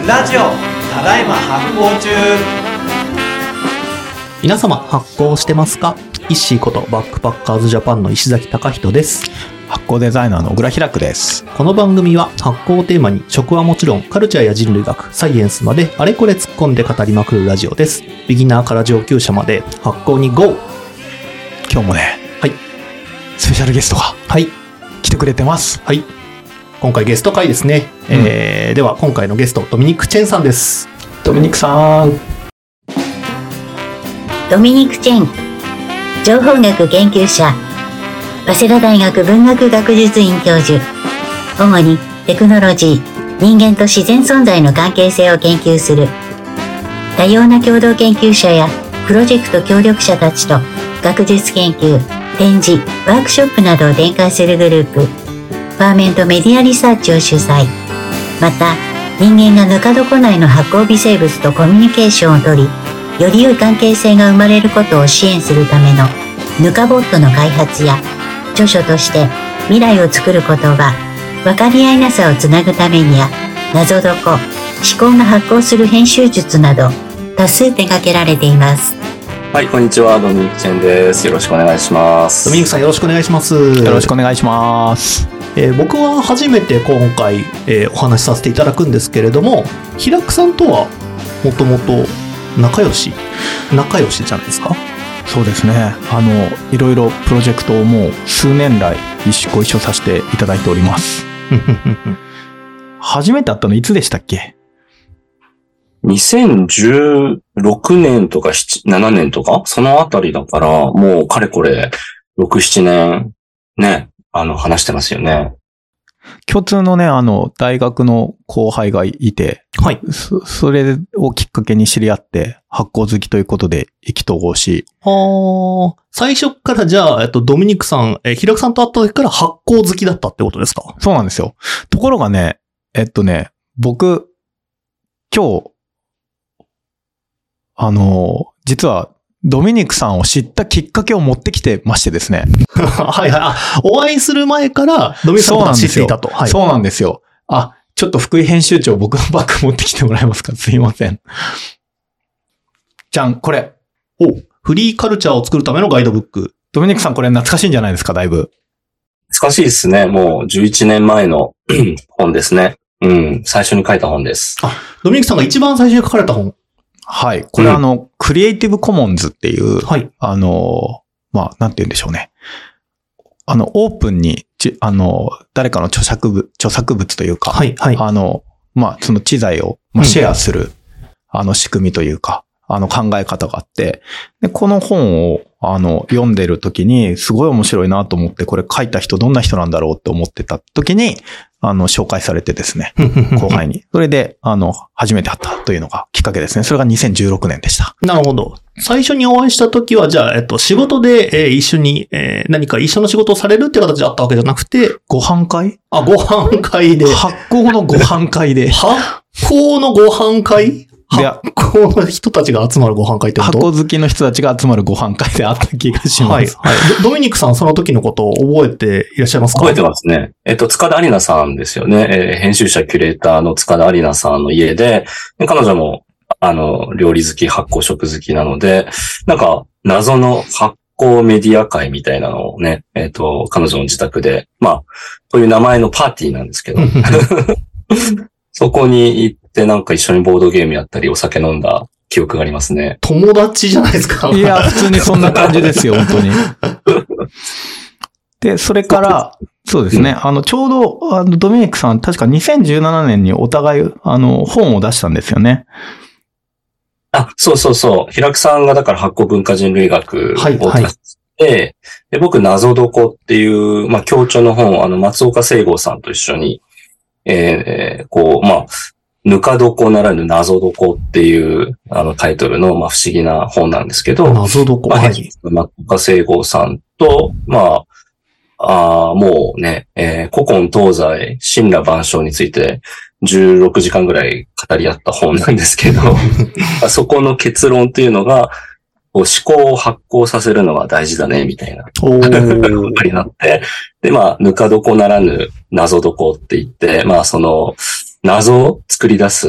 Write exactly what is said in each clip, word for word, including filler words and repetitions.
ラジオただいま発行中。 皆様発行してますか？イッシーことバックパッカーズジャパンの石崎隆人です。 発行デザイナーの小倉ひらくです。 この番組は発行をテーマに食はもちろんカルチャーや人類学、サイエンスまであれこれ突っ込んで語りまくるラジオです。ビギナーから上級者まで発行に ゴー。 今日もね、 はい、 スペシャルゲストがはい来てくれてます。 はい、今回ゲスト会ですね、うんえー、では今回のゲストドミニク・チェンさんです。 ドミニクさん。 ドミニク・チェン、情報学研究者、早稲田大学文学学術院教授。主にテクノロジー、人間と自然存在の関係性を研究する。多様な共同研究者やプロジェクト協力者たちと学術研究、展示、ワークショップなどを展開するグループ、ファーメントメディアリサーチを主催。また、人間がぬか床内の発光微生物とコミュニケーションをとり、より良い関係性が生まれることを支援するためのぬかボットの開発や、著書として未来を作る言葉、分かり合いなさをつなぐためにや、謎床、思考が発光する編集術など、多数手掛けられています。 はい、こんにちは。ドミニク・チェンです。よろしくお願いします。 ドミニクさんよろしくお願いします。 よろしくお願いします。 えー、僕は初めて今回、えー、お話しさせていただくんですけれども、平久さんとはもともと仲良し仲良しじゃないですか？ そうですね。あのいろいろプロジェクトをもう数年来一緒ご一緒させていただいております。初めて会ったのいつでしたっけ？ にせんじゅうろくねんとかななねんとかそのあたりだから、もうかれこれろく、ななねんね、あの話してますよね。 共通のね、あの大学の後輩がいて、 はい、 そ, それをきっかけに知り合って発酵好きということで意気投合し、 ああ、最初からじゃあ、えっと、ドミニクさん、え、平久さんと会った時から発酵好きだったってことですか？ そうなんですよ。ところがね、えっとね、僕今日あの実はドミニクさんを知ったきっかけを持ってきてましてですね。 はいはい。あ、お会いする前からドミニクさんを知っていたと。 はい。そうなんですよ。あ、ちょっと福井編集長、僕のバッグ持ってきてもらえますか？すいません。じゃん、これ。 お、フリーカルチャーを作るためのガイドブック。 ドミニクさんこれ懐かしいんじゃないですか、だいぶ。 懐かしいですね。もうじゅういちねんまえの本ですね。うん。最初に書いた本です。 あ、ドミニクさんが一番最初に書かれた本。 はい。これ、うん、あの、クリエイティブコモンズっていう、 はい。 あの、まあ、なんて言うんでしょうね。あの、オープンに、あの、誰かの著作物、著作物というか、 はい、はい。 あの、まあ、その知財を、まあ、シェアする、うん、あの、仕組みというか、あの、考え方があって、で、この本を、あの、読んでる時に、すごい面白いなと思って、これ書いた人どんな人なんだろうって思ってた時に、あの、紹介されてですね、後輩に。それで、あの、初めて会ったというのがきっかけですね。それがにせんじゅうろくねんでした。 なるほど。最初にお会いした時は、じゃあ、えっと、仕事で、えー、一緒に、えー、何か一緒の仕事をされるっていう形であったわけじゃなくて、 ご飯会？ あ、ご飯会で。 発酵のご飯会で。 発酵のご飯会？発酵の人たちが集まるご飯会ってこと？ 発酵好きの人たちが集まるご飯会であった気がします。 はい。はい。ドミニクさん、その時のことを覚えていらっしゃいますか？ 覚えてますね。えっと、塚田有奈さんですよね。えー、編集者キュレーターの塚田有奈さんの家で、で彼女も、あの、料理好き、発酵食好きなので、なんか、謎の発酵メディア会みたいなのをね、えっと、彼女の自宅で、まあ、という名前のパーティーなんですけど、そこに行って、で、なんか一緒にボードゲームやったりお酒飲んだ記憶がありますね。 友達じゃないですか。 いや、普通にそんな感じですよ、本当に。で、それから、そうですね、うん、あの、ちょうど、あの、ドミニクさん、確かにせんじゅうななねんにお互い、あの、本を出したんですよね。 あ、そうそうそう。平久さんがだから発酵文化人類学を出して、はいはい、で、僕、謎床っていう、まあ、協調の本、あの、松岡聖剛さんと一緒に、えー、こう、まあ、ぬか床ならぬ謎床っていうあのタイトルのまあ不思議な本なんですけど、 謎床、 まあ、はい。松岡聖剛さんと、まあ、あもうね、えー、古今東西、神羅万象についてじゅうろくじかんぐらい語り合った本なんですけど、そこの結論っていうのが、思考を発酵させるのは大事だね、みたいな。おー。になって。で、まあ、ぬか床ならぬ謎床って言って、まあ、その、謎を作り出す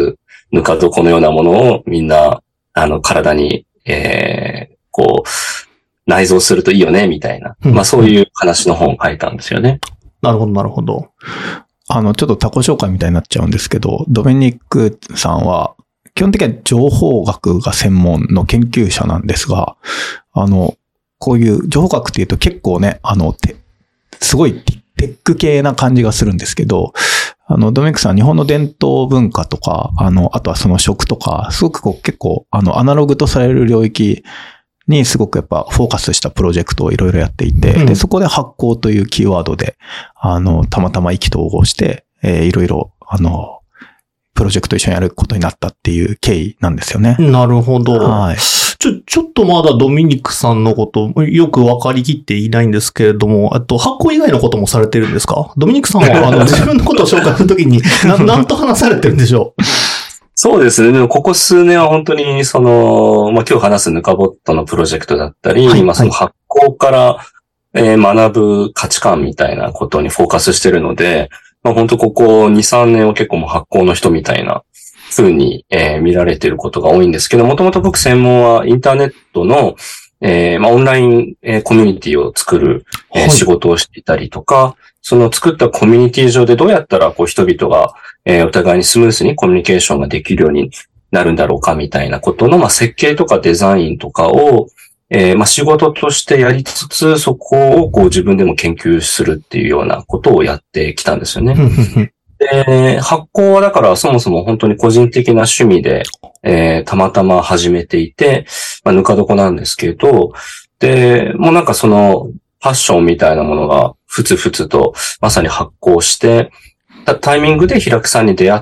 ぬか床のようなものをみんな、あの、体に、えー、こう、内蔵するといいよね、みたいな。まあそういう話の本を書いたんですよね。 なるほど、なるほど。 あの、ちょっと他己紹介みたいになっちゃうんですけど、ドミニクさんは、基本的には情報学が専門の研究者なんですが、あの、こういう情報学っていうと結構ね、あの、てすごいテック系な感じがするんですけど、あの、ドミニクさん、日本の伝統文化とか、あの、あとはその食とか、すごくこう結構、あの、アナログとされる領域にすごくやっぱフォーカスしたプロジェクトをいろいろやっていて、うん、で、そこで発酵というキーワードで、あの、たまたま意気投合して、えー、いろいろ、あの、プロジェクト一緒にやることになったっていう経緯なんですよね。 なるほど。 はい。 ちょ、ちょっとまだドミニクさんのことよく分かりきっていないんですけれども、あと発酵以外のこともされてるんですか？ドミニクさんはあの自分のことを紹介するときにな、なんと話されてるんでしょう？ そうですね。でもここ数年は本当にその、まあ、今日話すぬかボットのプロジェクトだったり、はい、まあその発酵から、えー、学ぶ価値観みたいなことにフォーカスしてるので、まあ、本当ここに、さんねんは結構もう発酵の人みたいな風に、えー、見られてることが多いんですけど、もともと僕専門はインターネットの、えー、まあオンライン、えー、コミュニティを作る、えーはい、仕事をしていたりとか、その作ったコミュニティ上でどうやったらこう人々が、えー、お互いにスムースにコミュニケーションができるようになるんだろうかみたいなことの、まあ設計とかデザインとかを、えー、まあ仕事としてやりつつ、そこをこう自分でも研究するっていうようなことをやってきたんですよね。で、発酵はだからそもそも本当に個人的な趣味で、えー、たまたま始めていて、まあ、ぬか床なんですけど、で、もうなんかそのパッションみたいなものがふつふつとまさに発酵してたタイミングで平久さんに出会って、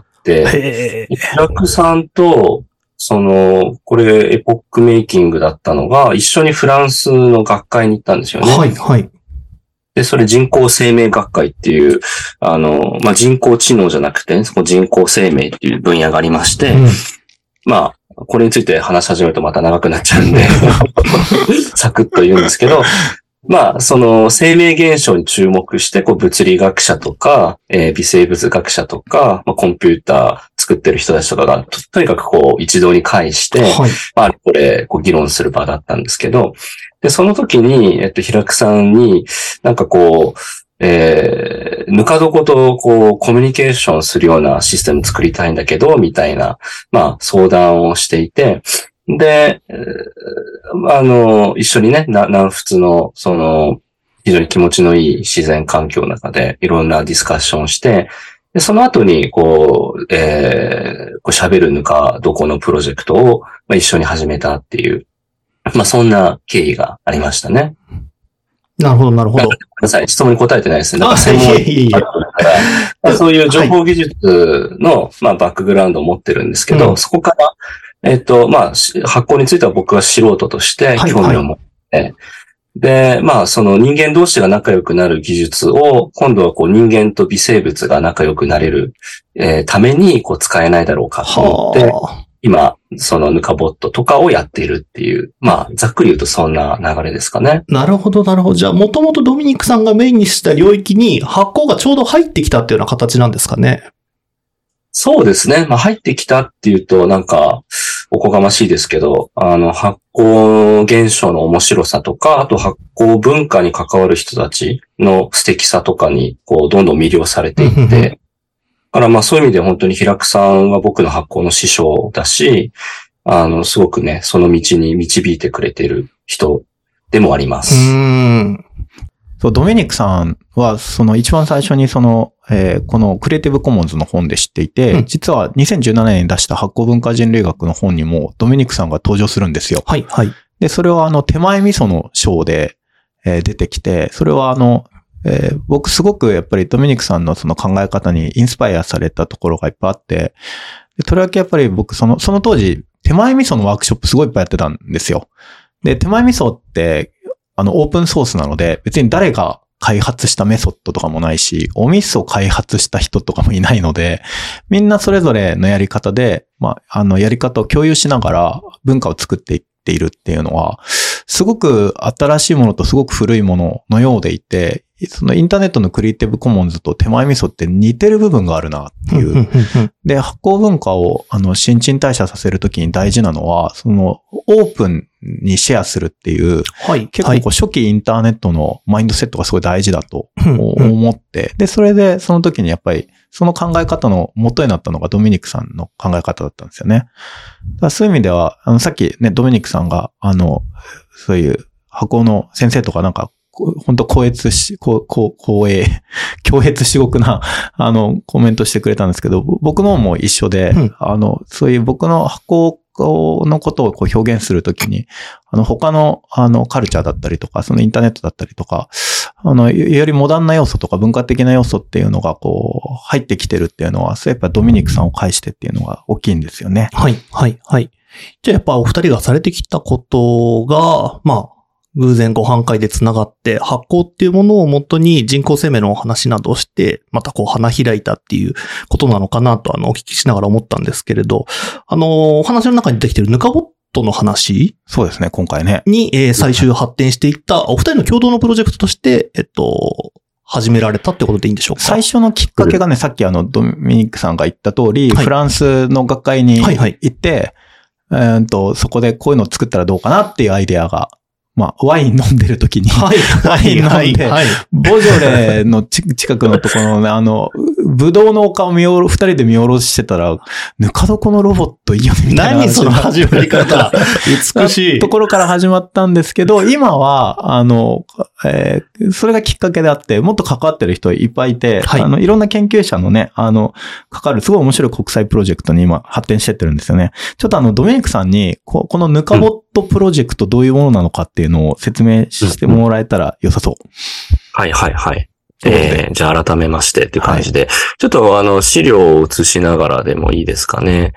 平久さんとその、これエポックメイキングだったのが、一緒にフランスの学会に行ったんですよね。 はい、はい。 で、それ人工生命学会っていう、あの、まあ、人工知能じゃなくて、ね、そこ人工生命っていう分野がありまして、うん、まあ、これについて話し始めるとまた長くなっちゃうんで、サクッと言うんですけど、まあ、その生命現象に注目して、こう物理学者とか、えー、微生物学者とか、まあ、コンピューター作ってる人たちとかが、と, とにかくこう一堂に会して、はい、まあ、これ、こう議論する場だったんですけど、で、その時に、えっと、平久さんに、なんかこう、えー、ぬか床とこうコミュニケーションするようなシステム作りたいんだけど、みたいな、まあ、相談をしていて、で、あの、一緒にね、南仏の、その、非常に気持ちのいい自然環境の中でいろんなディスカッションをして、で、その後に、こう、えー、こう喋るぬか床のプロジェクトを、まあ、一緒に始めたっていう、まあ、そんな経緯がありましたね。 なるほど、なるほど。ごめんなさい、質問に答えてないですね。あ、専門いえいえいえ。 そういう情報技術の、まあ、バックグラウンドを持ってるんですけど、うん、そこから、えっと、まあ、発酵については僕は素人として興味を持って、はいはい、で、まあ、その人間同士が仲良くなる技術を、今度はこう人間と微生物が仲良くなれる、えー、ためにこう使えないだろうかと思って、今、そのぬかボットとかをやっているっていう、まあ、ざっくり言うとそんな流れですかね。 なるほど、なるほど。じゃあ、もともとドミニクさんがメインにした領域に発酵がちょうど入ってきたっていうような形なんですかね。 そうですね。まあ、入ってきたっていうと、なんか、おこがましいですけど、あの、発酵現象の面白さとか、あと発酵文化に関わる人たちの素敵さとかに、こう、どんどん魅了されていって、だからまあそういう意味で本当に平久さんは僕の発酵の師匠だし、あの、すごくね、その道に導いてくれている人でもあります。 うーん。 そう、ドミニクさんは、その一番最初にその、えー、このクリエイティブコモンズの本で知っていて、うん、実はにせんじゅうななねんに出した発酵文化人類学の本にもドミニクさんが登場するんですよ。 はい、はい。 で、それはあの、手前味噌の章で、えー、出てきて、それはあの、えー、僕すごくやっぱりドミニクさんのその考え方にインスパイアされたところがいっぱいあって、でとりわけやっぱり僕その、その当時、手前味噌のワークショップすごいいっぱいやってたんですよ。で、手前味噌って、あの、オープンソースなので、別に誰が開発したメソッドとかもないし、お味噌を開発した人とかもいないので、みんなそれぞれのやり方で、まあ、あの、やり方を共有しながら文化を作っていっているっていうのは、すごく新しいものとすごく古いもののようでいて、 そのインターネットのクリエイティブコモンズと手前味噌って似てる部分があるなっていう。で、発行文化を、あの、新陳代謝させるときに大事なのは、その、オープンにシェアするっていう、はい、結構こう初期インターネットのマインドセットがすごい大事だと思って、で、それでその時にやっぱり、その考え方の元になったのがドミニクさんの考え方だったんですよね。だからそういう意味では、あの、さっきね、ドミニクさんが、あの、そういう箱の先生とかなんか、本当高越し、こう、こう、光栄、強越至極な、あの、コメントしてくれたんですけど、僕のも一緒で、うん、あの、そういう僕の箱のことをこう表現するときに、あの、他の、あの、カルチャーだったりとか、そのインターネットだったりとか、あの、よりモダンな要素とか文化的な要素っていうのがこう、入ってきてるっていうのは、そうやっぱドミニクさんを介してっていうのが大きいんですよね。 はい、はい、はい。じゃあやっぱお二人がされてきたことが、まあ、偶然ご飯会でつながって発酵っていうものをもとに人工生命のお話などをして、またこう花開いたっていうことなのかなとあのお聞きしながら思ったんですけれど、あの、お話の中に出てきてるヌカボットの話そうですね、今回ね。 に、えー、最終発展していったお二人の共同のプロジェクトとして、えっと、始められたってことでいいんでしょうか？ 最初のきっかけがね、さっきあの、ドミニクさんが言った通り、はい、フランスの学会に行って、はいはい、えー、とそこでこういうのを作ったらどうかなっていうアイデアが、まあ、ワイン飲んでる時に、はい、ワイン飲んで、はい、ボジョレの近くのところのね、あの、ブドウの丘を見下ろ、二人で見下ろしてたら、ぬか床のロボットいいよねみたいな。 何その始まり方。美しい。 ところから始まったんですけど、今は、あの、えー、それがきっかけであって、もっと関わってる人いっぱいいて、はい、あの、いろんな研究者のね、あの、かかる、すごい面白い国際プロジェクトに今発展してってるんですよね。ちょっとあの、ドミニクさんに、こ, このぬかボットプロジェクトどういうものなのかっていうのを説明してもらえたら良さそう。 はいはいはい。えー、じゃあ改めましてっていう感じで、はい、ちょっとあの資料を映しながらでもいいですかね。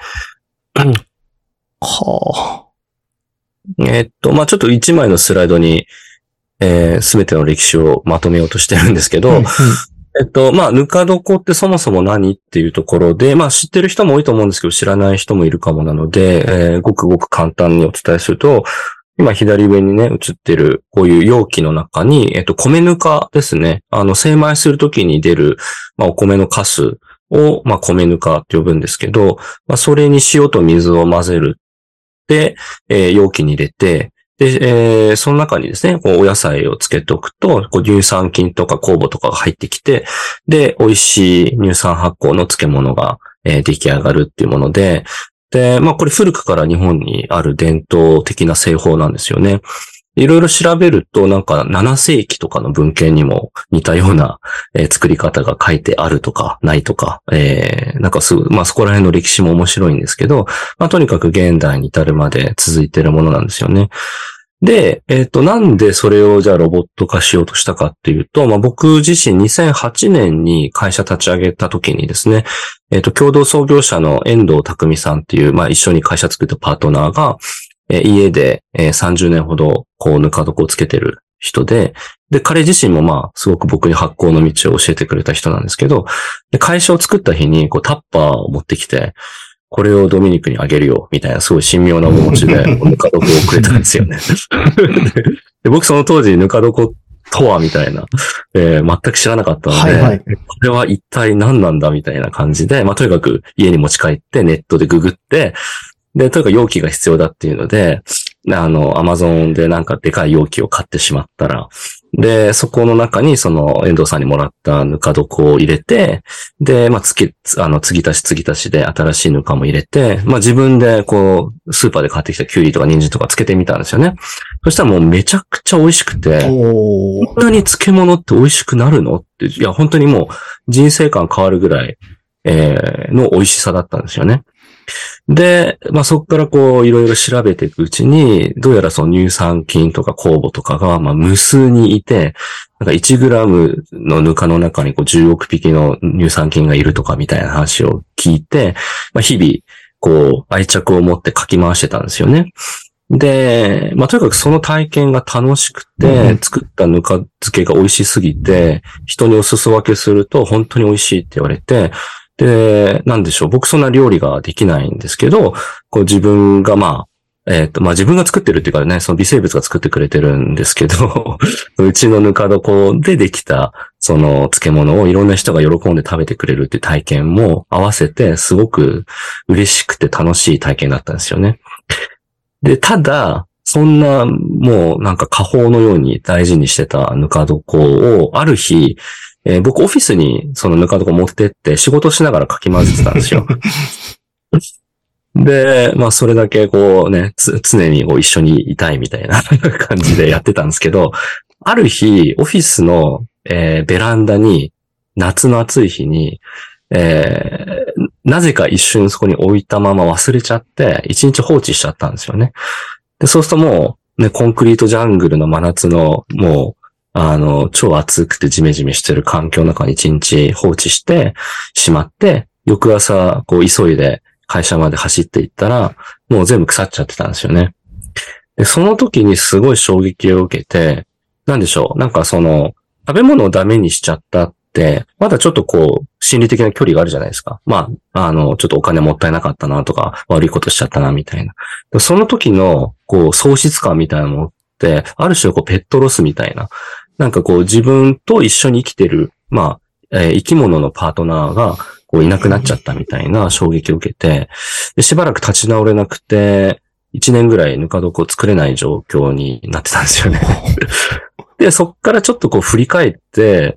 はあ。えー、っと、まあ、ちょっと一枚のスライドに、えー、すべての歴史をまとめようとしてるんですけど、うんうん、えっと、まあ、ぬか床ってそもそも何っていうところで、まあ、知ってる人も多いと思うんですけど、知らない人もいるかもなので、えー、ごくごく簡単にお伝えすると、今左上にね、映ってる、こういう容器の中に、えっと、米ぬかですね。あの、精米するときに出る、まあ、お米のカスを、まあ、米ぬかって呼ぶんですけど、まあ、それに塩と水を混ぜる。で、えー、容器に入れて、で、えー、その中にですね、こう、お野菜をつけておくと、こう、乳酸菌とか酵母とかが入ってきて、で、美味しい乳酸発酵の漬物が、えー、出来上がるっていうもので、で、まあこれ古くから日本にある伝統的な製法なんですよね。いろいろ調べるとなんかななせいきとかの文献にも似たような、えー、作り方が書いてあるとかないとか、えー、なんかすぐ、まあそこら辺の歴史も面白いんですけど、まあとにかく現代に至るまで続いているものなんですよね。で、えっと、なんでそれをじゃあロボット化しようとしたかっていうと、まあ僕自身にせんはちねんに会社立ち上げた時にですね、えっと、共同創業者の遠藤匠さんっていう、まあ一緒に会社作ったパートナーが、えー、家で、えー、さんじゅうねんほどこうぬか床をつけてる人で、で、彼自身もまあすごく僕に発酵の道を教えてくれた人なんですけど、で会社を作った日にこうタッパーを持ってきて、これをドミニクにあげるよ、みたいなすごい神妙な面持ちで、ぬか床をくれたんですよね。で僕その当時、ぬか床とは、みたいな、えー、全く知らなかったので、はいはい、これは一体何なんだ、みたいな感じで、まあ、とにかく家に持ち帰って、ネットでググって、で、とにかく容器が必要だっていうので、あの、アマゾンでなんかでかい容器を買ってしまったら、で、そこの中にその遠藤さんにもらったぬか床を入れて、で、まあ、つき、あの、継ぎ足し継ぎ足しで新しいぬかも入れて、まあ、自分でこう、スーパーで買ってきたキュウリとか人参とかつけてみたんですよね。そしたらもうめちゃくちゃ美味しくて、こんなに漬物って美味しくなるのって、いや、本当にもう人生観変わるぐらい、えー、の美味しさだったんですよね。で、まあ、そこからこう、いろいろ調べていくうちに、どうやらその乳酸菌とか酵母とかが、まあ、無数にいて、なんかいちグラムのぬかの中にこうじゅうおくぴきの乳酸菌がいるとかみたいな話を聞いて、まあ、日々、こう、愛着を持って書き回してたんですよね。で、まあ、とにかくその体験が楽しくて、うん、作ったぬか漬けが美味しすぎて、人にお裾分けすると本当に美味しいって言われて、で、なんでしょう。僕そんな料理ができないんですけど、こう自分がまえっと、まあ、自分が作ってるっていうかね、その微生物が作ってくれてるんですけど、うちのぬか床でできた、その漬物をいろんな人が喜んで食べてくれるっていう体験も合わせて、すごく嬉しくて楽しい体験だったんですよね。で、ただ、そんな、もうなんか家宝のように大事にしてたぬか床を、ある日、えー、僕オフィスにそのぬか床持ってって仕事しながらかき混ぜてたんですよ。で、まあそれだけこうね、つ常にこう一緒にいたいみたいな感じでやってたんですけど、ある日、オフィスの、えー、ベランダに、夏の暑い日に、えー、なぜか一瞬そこに置いたまま忘れちゃって、一日放置しちゃったんですよね。で、そうするともう、ね、コンクリートジャングルの真夏の、もう、あの、超暑くてジメジメしてる環境の中に一日放置してしまって、翌朝、こう急いで会社まで走っていったら、もう全部腐っちゃってたんですよね。で、その時にすごい衝撃を受けて、なんでしょう、なんかその、食べ物をダメにしちゃったって、まだちょっとこう、心理的な距離があるじゃないですか。まあ、あの、ちょっとお金もったいなかったなとか、悪いことしちゃったなみたいな。その時の、こう、喪失感みたいなものって、ある種こう、ペットロスみたいな。なんかこう、自分と一緒に生きてる、まあ、えー、生き物のパートナーが、こう、いなくなっちゃったみたいな衝撃を受けて、でしばらく立ち直れなくて、一年ぐらいぬか床を作れない状況になってたんですよね。で、そっからちょっとこう振り返って、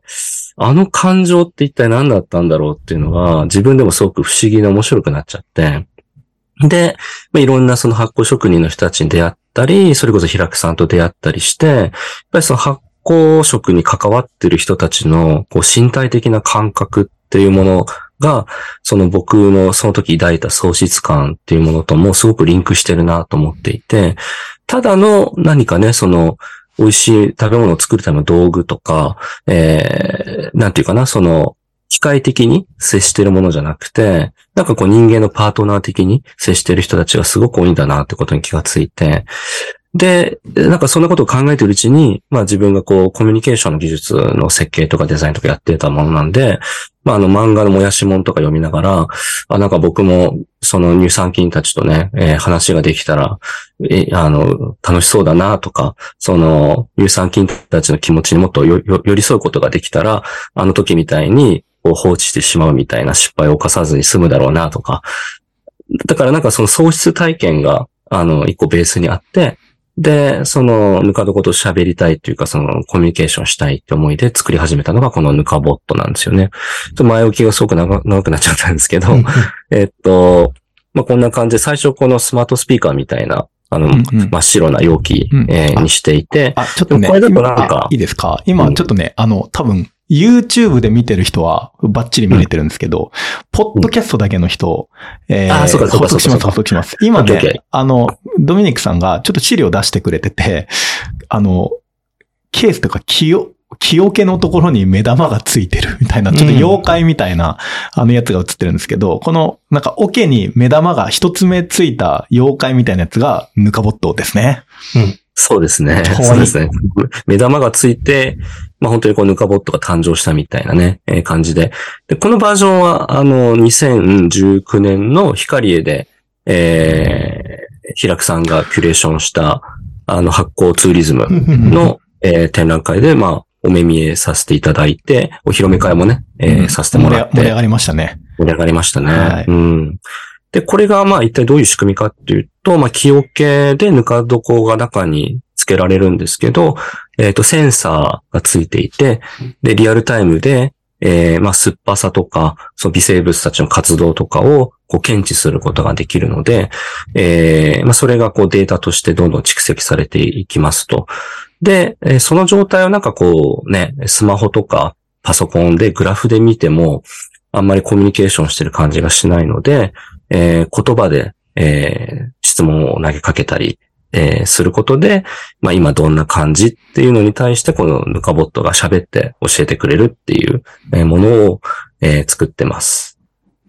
あの感情って一体何だったんだろうっていうのが自分でもすごく不思議で面白くなっちゃって。で、まあ、いろんなその発酵職人の人たちに出会ったり、それこそ平久さんと出会ったりして、やっぱりその発酵食に関わってる人たちのこう身体的な感覚っていうものが、その僕のその時抱いた喪失感っていうものともすごくリンクしてるなと思っていて、ただの何かね、その美味しい食べ物を作るための道具とか、えー、なんていうかな、その機械的に接してるものじゃなくて、なんかこう人間のパートナー的に接してる人たちがすごく多いんだなってことに気がついて、で、なんかそんなことを考えているうちに、まあ自分がこうコミュニケーションの技術の設計とかデザインとかやってたものなんで、まああの漫画のもやしもんとか読みながら、あ、なんか僕もその乳酸菌たちとね、えー、話ができたら、えー、あの、楽しそうだなとか、その乳酸菌たちの気持ちにもっとよよ寄り添うことができたら、あの時みたいにこう放置してしまうみたいな失敗を犯さずに済むだろうなとか、だからなんかその喪失体験が、あの、一個ベースにあって、で、その、ぬか床と喋りたいというか、その、コミュニケーションしたいって思いで作り始めたのが、このぬかボットなんですよね。ちょっと前置きがすごく長長くなっちゃったんですけど、えっと、まあ、こんな感じで、最初このスマートスピーカーみたいな、あの、うんうん、真っ白な容器、うんえー、にしていて、 あ、ちょっとね、これだとなんか、いいですか？今、ちょっとね、うん、あの、多分、YouTube で見てる人はバッチリ見れてるんですけど、うん、ポッドキャストだけの人、えー、 あ、そうか、そうか、そうか。 補足します、補足します。今ね、okay. あの、ドミニクさんがちょっと資料出してくれてて、あの、ケースとか木を、木桶のところに目玉がついてるみたいな、ちょっと妖怪みたいな、うん、あのやつが映ってるんですけど、この、なんか桶に目玉が一つ目ついた妖怪みたいなやつがぬかボットですね。 うん。そうですね。そうですね。目玉がついて、まあ本当にこうぬかボットが誕生したみたいなね、えー、感じで。で、このバージョンは、あの、にせんじゅうきゅうねんのヒカリエで、えー、平久さんがキュレーションした、あの、発酵ツーリズムの、えー、展覧会で、まあ、お目見えさせていただいて、お披露目会もね、えーうん、させてもらって。 盛り上がりましたね。 盛り上がりましたね。 はい、 うん。で、これがまあ一体どういう仕組みかっていうと、まあ木桶でぬか床が中に付けられるんですけど、えっと、センサーがついていて、で、リアルタイムで、えー、まあ酸っぱさとか、その微生物たちの活動とかをこう検知することができるので、えー、まあそれがこうデータとしてどんどん蓄積されていきますと。で、その状態をなんかこうね、スマホとかパソコンでグラフで見ても、あんまりコミュニケーションしてる感じがしないので、えー、言葉で、えー、質問を投げかけたり、えー、することで、まあ今どんな感じっていうのに対してこのぬかボットが喋って教えてくれるっていうものを、えー、作ってます。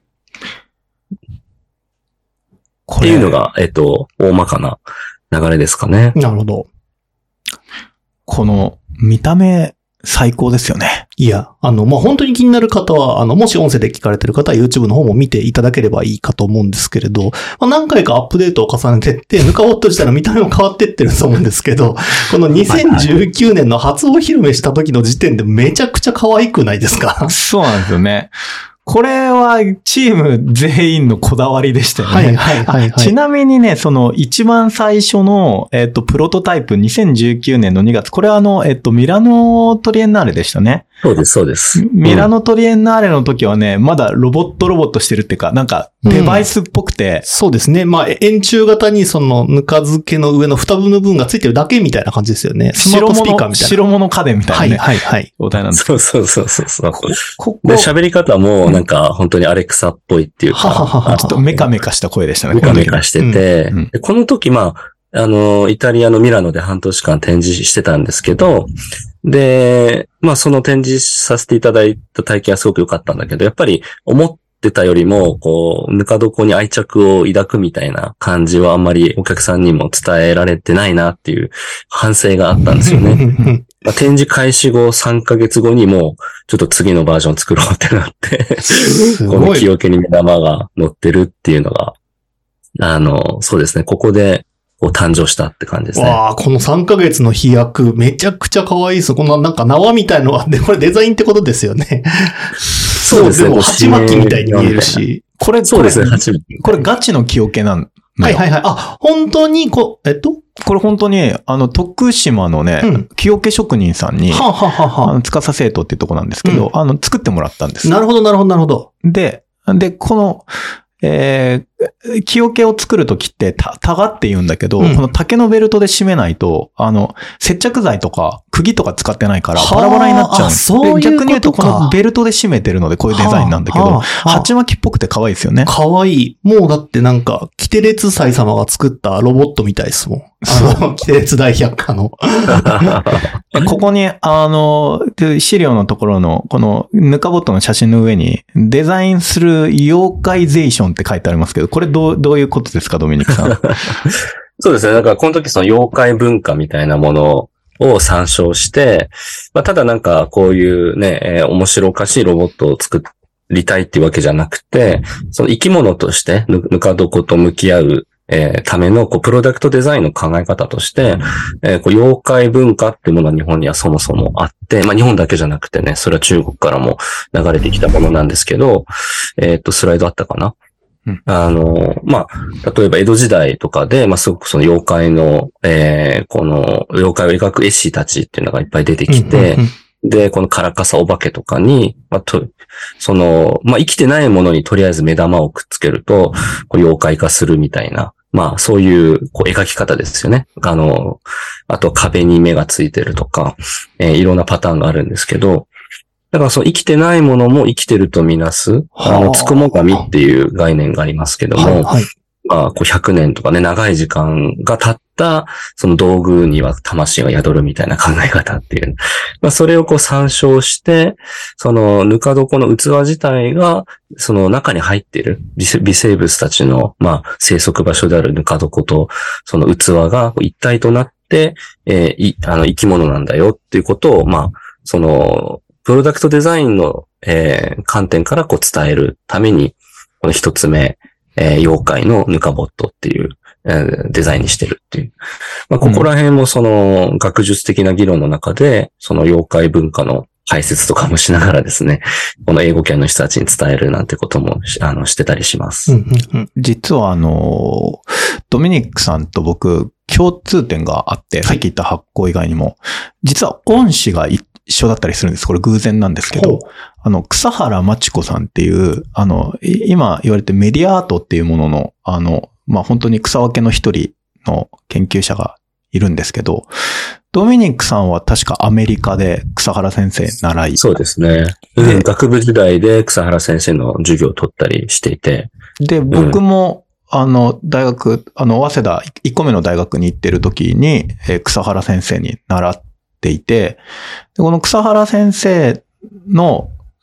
っていうのが、えっと、大まかな流れですかね。 なるほど。 この見た目最高ですよね。 いや、あの、まあ、本当に気になる方は、あの、もし音声で聞かれてる方は YouTube の方も見ていただければいいかと思うんですけれど、まあ、何回かアップデートを重ねてって、ヌカボット自体の見た目も変わってってると思うんですけど、このにせんじゅうきゅうねんの初お披露目した時の時点でめちゃくちゃ可愛くないですか？ そうなんですよね。これはチーム全員のこだわりでしたよね。 はいはいはい、はい。 ちなみにね、その一番最初の、えっと、プロトタイプにせんじゅうきゅうねんのにがつ、これはあの、えっと、ミラノトリエンナーレでしたね。 そうです、そうです。 ミラノトリエンナーレの時はね、まだロボットロボットしてるっていうか、なんかデバイスっぽくて。 うん、そうですね。まあ、円柱型にそのぬか漬けの上の二分の分がついてるだけみたいな感じですよね。スマートスピーカーみたいな。 白物家電みたいなね。 はいはいはい。 状態なんです。 そうそうそうそうそう。 ここで、喋り方もなんか本当にアレクサっぽいっていうか、 ははははちょっとメカメカした声でしたね。 メカメカしてて、 うんうん、 でこの時まあ、あの、イタリアのミラノで半年間展示してたんですけど、で、まあその展示させていただいた体験はすごく良かったんだけど、やっぱり思ってたよりも、こう、ぬか床に愛着を抱くみたいな感じはあんまりお客さんにも伝えられてないなっていう反省があったんですよね。まあ、展示開始後さんかげつごにもうちょっと次のバージョン作ろうってなって、この木桶に目玉が乗ってるっていうのが、あの、そうですね、ここでこう誕生したって感じですね。 わあ、このさんかげつの飛躍、めちゃくちゃ可愛いです。このなんか縄みたいのがあって、これデザインってことですよね。 そうですね。 でも鉢巻きみたいに見えるし。 これ、 そうですね、鉢巻き。 これガチの木桶なんのはいはいはい。あ、本当に、こ、えっとこれ本当に、あの、徳島のね、うん、木桶職人さんに、 はあ、はははあの、司製陶っていうとこなんですけど、うん、あの、作ってもらったんです。 なるほど、なるほど、なるほど。 で、で、この、えー、木桶を作るときって、た、たがって言うんだけど、うん、この竹のベルトで締めないと、あの、接着剤とか、釘とか使ってないから、バラバラになっちゃうんです。 そういうことか。 逆に言うと、このベルトで締めてるので、こういうデザインなんだけど、鉢巻きっぽくて可愛いですよね。 可愛い。もうだってなんか、キテレツ祭様が作ったロボットみたいですもん。あの、キテレツ大百科の。 ここに、あの、資料のところの、この、ヌカボットの写真の上に、デザインする妖怪ゼーションって書いてありますけど、これどう、どういうことですか、ドミニクさん。 そうですね。なんか、この時その妖怪文化みたいなものを参照して、まあ、ただなんか、こういうね、えー、面白おかしいロボットを作りたいっていうわけじゃなくて、その生き物として、ぬ、ぬか床と向き合う、えー、ための、こう、プロダクトデザインの考え方として、えー、こう、妖怪文化っていうものは日本にはそもそもあって、まあ、日本だけじゃなくてね、それは中国からも流れてきたものなんですけど、えっと、スライドあったかな？うん、あの、まあ、例えば江戸時代とかで、まあ、すごくその妖怪の、えー、この、妖怪を描く絵師たちっていうのがいっぱい出てきて、うんうんうん、で、このカラカサお化けとかに、まあ、と、その、まあ、生きてないものにとりあえず目玉をくっつけると、こう妖怪化するみたいな、まあ、そういう、こう、描き方ですよね。あの、あと壁に目がついてるとか、えー、いろんなパターンがあるんですけど、だからその生きてないものも生きてるとみなす、あの、つくも神っていう概念がありますけども、はいはい、まあ、こうひゃくねんとかね、長い時間が経った、その道具には魂が宿るみたいな考え方っていう。まあ、それをこう参照して、その、ぬか床の器自体が、その中に入っている微生物たちの、まあ、生息場所であるぬか床と、その器が一体となって、えー、い、あの、生き物なんだよっていうことを、まあ、その、プロダクトデザインの、えー、観点からこう伝えるために、この一つ目、えー、妖怪のヌカボットっていう、えー、デザインにしてるっていう。まあ、ここら辺もその学術的な議論の中で、その妖怪文化の解説とかもしながらですね、この英語圏の人たちに伝えるなんてことも、あの、してたりします。 うんうんうん、実はあの、ドミニクさんと僕、共通点があって、さっき言った発酵以外にも、実は恩師が一緒だったりするんです。これ偶然なんですけど、あの、草原真知子さんっていう、あの、今言われてメディアアートっていうものの、あの、まあ、本当に草分けの一人の研究者がいるんですけど、ドミニクさんは確かアメリカで草原先生習い。 そうですね。うん、学部時代で草原先生の授業を取ったりしていて。 で、僕も、うん、あの、大学、あの、早稲田いっこめの大学に行ってる時に、えー、草原先生に習っていて、でこの草原先生の、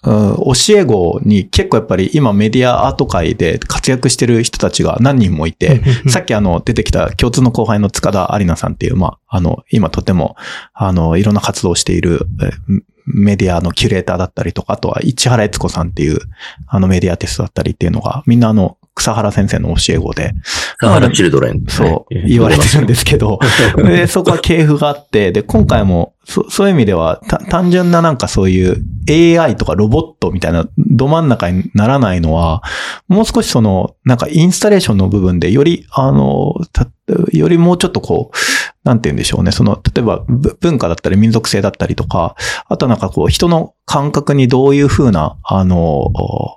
うん、教え子に結構やっぱり今メディアアート界で活躍してる人たちが何人もいて、さっきあの出てきた共通の後輩の塚田有奈さんっていう、まあ、あの、今とても、あの、いろんな活動をしているメディアのキュレーターだったりとか、あとは市原悦子さんっていう、あのメディアアーティストだったりっていうのが、みんなあの、草原先生の教え子で。 草原チルドレン。 そう、言われてるんですけど、で、そこは系譜があって、で、今回も、そそういう意味では、単純ななんかそういう エーアイ とかロボットみたいなど真ん中にならないのは、もう少しその、なんかインスタレーションの部分でより、あの、たよりもうちょっとこう、なんて言うんでしょうね。その、例えば文化だったり民族性だったりとか、あとなんかこう、人の感覚にどういう風な、あの、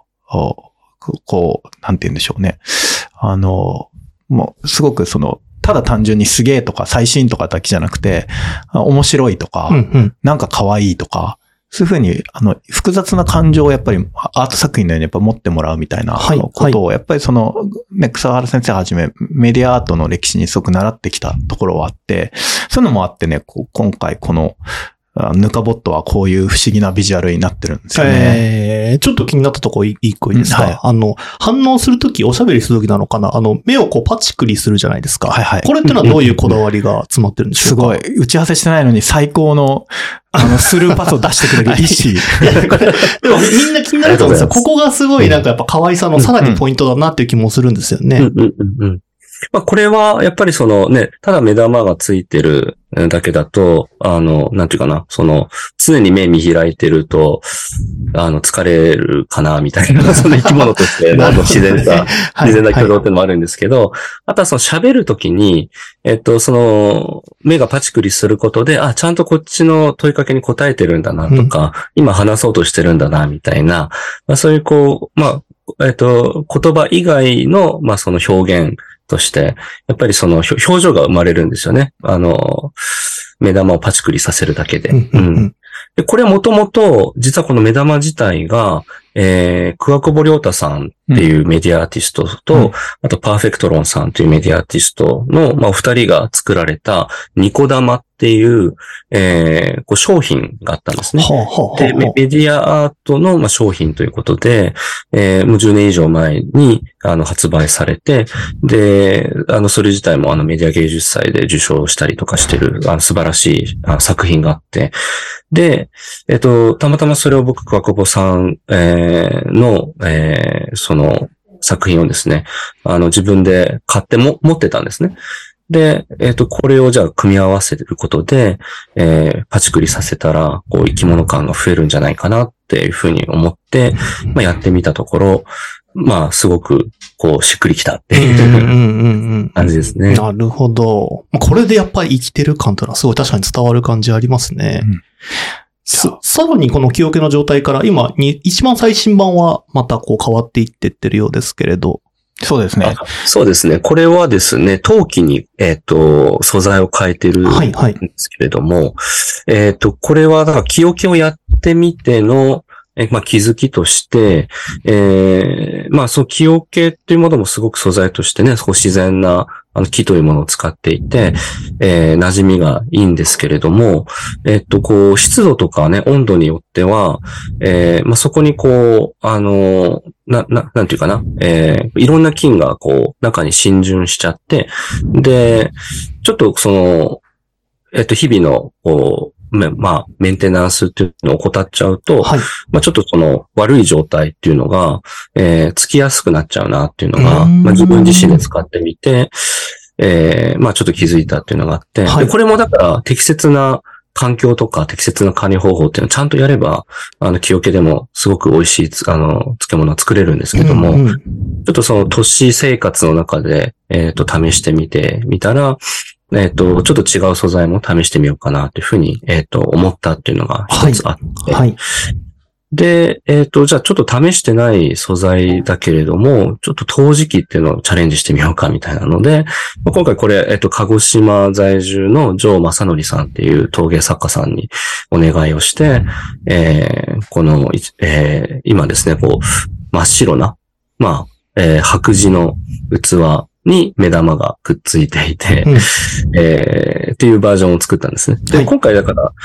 こう、なんて言うんでしょうね。あの、もう、すごくその、ただ単純にすげえとか最新とかだけじゃなくて、面白いとか、うんうん、なんか可愛いとか、そういうふうに、あの、複雑な感情をやっぱりアート作品のようにやっぱ持ってもらうみたいなことを、やっぱりその、ね、草原先生はじめ、メディアアートの歴史にすごく習ってきたところはあって、そういうのもあってね、こう今回この、ヌカボットはこういう不思議なビジュアルになってるんですよね。 えー、ちょっと気になったところ一個いいですか、はい、あの、反応するとき、おしゃべりするときなのかなあの、目をこうパチクリするじゃないですか。はいはい。これってのはどういうこだわりが詰まってるんでしょうか。 すごい。打ち合わせしてないのに最高の、あの、スルーパスを出してくれる意思。 いや、これ、でもみんな気になると思うんですよ。ここがすごいなんかやっぱ可愛さのさらにポイントだなっていう気もするんですよね。うんうんうんうんまあ、これは、やっぱりそのね、ただ目玉がついてるだけだと、あの、なんていうかな、その、常に目見開いてると、あの、疲れるかな、みたいな、その生き物としての自然さ、自然な挙動っていうのもあるんですけど、あとはその喋るときに、えっと、その、目がパチクリすることで、あ、ちゃんとこっちの問いかけに答えてるんだなとか、うん、今話そうとしてるんだな、みたいな、まあ、そういうこう、まあ、えっと、言葉以外の、まあ、その表現、として、やっぱりその表情が生まれるんですよね。あの、目玉をパチクリさせるだけで。うんうんうん、でこれはもともと、実はこの目玉自体が、えー、桑久保亮太さんっていうメディアアーティストと、うん、あとパーフェクトロンさんというメディアアーティストの、まあ、お二人が作られたニコ玉っていう、えー、こう商品があったんですね。はあはあ、でメディアアートの、まあ、商品ということで、えー、もうじゅうねん以上前にあの発売されて、で、あの、それ自体もあのメディア芸術祭で受賞したりとかしてる、あの素晴らしいあの作品があって、で、えっと、たまたまそれを僕、桑久保さん、えー、の、えー、その作品をですね、あの、自分で買っても、持ってたんですね。で、えっと、これをじゃあ組み合わせることで、えー、パチクリさせたら、こう、生き物感が増えるんじゃないかなっていうふうに思って、まあ、やってみたところ、まあ、すごく、こう、しっくりきたっていう感じですね。 なるほど。これでやっぱり生きてる感というのはすごい確かに伝わる感じありますね。うんさ, さらにこの木桶の状態から今に一番最新版はまたこう変わっていってってるようですけれど。 そうですね。 そうですね。これはですね、陶器に、えっと、素材を変えてるんですけれども、はいはい、えっと、これはだから木桶をやってみての、えまあ、気づきとして、えー、まあ、その木桶っていうものもすごく素材としてね、少し自然なあの木というものを使っていて、えー、馴染みがいいんですけれども、えっと、こう、湿度とかね、温度によっては、えー、まあ、そこにこう、あの、な、な、なんていうかな、えー、いろんな菌がこう、中に浸潤しちゃって、で、ちょっとその、えっと、日々の、こう、まあ、メンテナンスっていうのを怠っちゃうと、はい、まあ、ちょっとその悪い状態っていうのが、えー、つきやすくなっちゃうなっていうのが、まあ、自分自身で使ってみて、えー、まあ、ちょっと気づいたっていうのがあって、はい、でこれもだから適切な環境とか適切な管理方法っていうのをちゃんとやれば、あの、木桶でもすごく美味しい、あの、漬物を作れるんですけども、うんうん、ちょっとその都市生活の中で、えっと、試してみてみたら、えっと、ちょっと違う素材も試してみようかなというふうに、えっと、思ったっていうのが一つあって。はい。はい、で、えっと、じゃあちょっと試してない素材だけれども、ちょっと陶磁器っていうのをチャレンジしてみようかみたいなので、今回これ、えっと、鹿児島在住の城正則さんっていう陶芸作家さんにお願いをして、えー、この、えー、今ですね、こう、真っ白な、まあ、えー、白磁の器、に目玉がくっついていて、うん、えー、っていうバージョンを作ったんですね。で、はい、今回だから、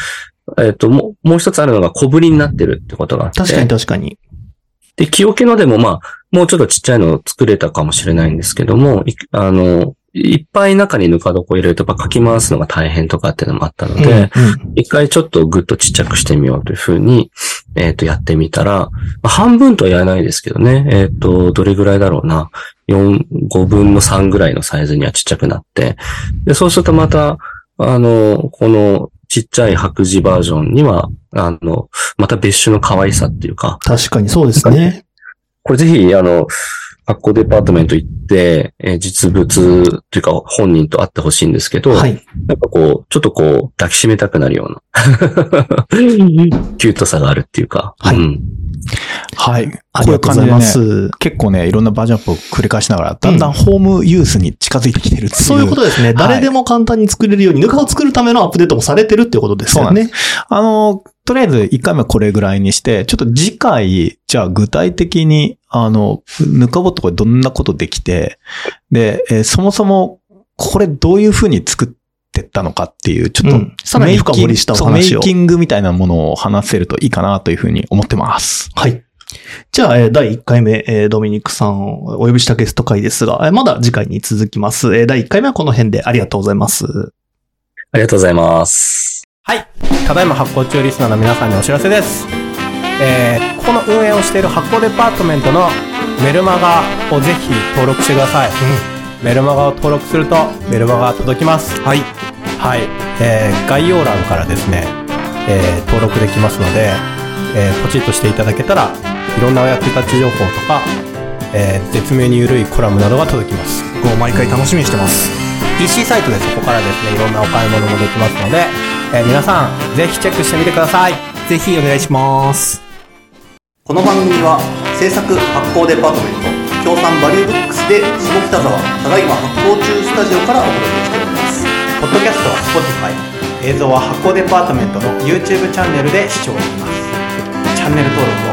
えっと、もう、もう一つあるのが小ぶりになってるってことがあって。 確かに確かに。 で、木桶のでもまあ、もうちょっとちっちゃいのを作れたかもしれないんですけども、いあの、いっぱい中にぬか床を入れるとやっぱかき回すのが大変とかっていうのもあったので、うんうん、一回ちょっとぐっとちっちゃくしてみようというふうに、えっと、やってみたら、まあ、半分とは言わないですけどね、えっと、どれぐらいだろうな、よん、ごぶんのさんぐらいのサイズにはちっちゃくなって、で、そうするとまた、あの、このちっちゃい白磁バージョンには、あの、また別種の可愛さっていうか。 確かにそうですね。 これぜひ、あの、発酵デパートメント行って、えー、実物というか本人と会ってほしいんですけど、はい。なんかこう、ちょっとこう、抱きしめたくなるような、キュートさがあるっていうか。 はい。 うん、 はい。ありがとうございます。結構ね、いろんなバージョンアップを繰り返しながら、だんだんホームユースに近づいてきてるっていう。 そういうことですね。誰でも簡単に作れるように、ぬかを作るためのアップデートもされてるっていうことですよね。そうなんです。 あの、とりあえずいっかいめはこれぐらいにして、ちょっと次回、じゃあ具体的に、あの、ぬかボットこれどんなことできて、で、えー、そもそもこれどういうふうに作ってったのかっていう、ちょっと、うん、 さらに深掘りしたお話を。 メイキングみたいなものを話せるといいかなというふうに思ってます。 はい。じゃあ、えー、だいいっかいめ、えー、ドミニクさんをお呼びしたゲスト会ですが、えー、まだ次回に続きます。えー、だいいっかいめはこの辺でありがとうございます。 ありがとうございます。 はい。ただいま発行中リスナーの皆さんにお知らせです。えー、ここの運営をしている発行デパートメントのメルマガをぜひ登録してください。うん、メルマガを登録するとメルマガが届きます。はい。はい。えー、概要欄からですね、えー、登録できますので、えー、ポチッとしていただけたら、いろんなお役立ち情報とか、えー、絶妙に緩いコラムなどが届きます。 僕も毎回楽しみにしてます。 ピーシー サイトでそこからですね、いろんなお買い物もできますので、えー、皆さんぜひチェックしてみてください。 ぜひお願いします。この番組は制作発行デパートメント協賛バリューブックスで下北沢ただいま発行中スタジオからお届けしております。 ポッドキャストは Spotify、映像は発行デパートメントの YouTube チャンネルで視聴できます。チャンネル登録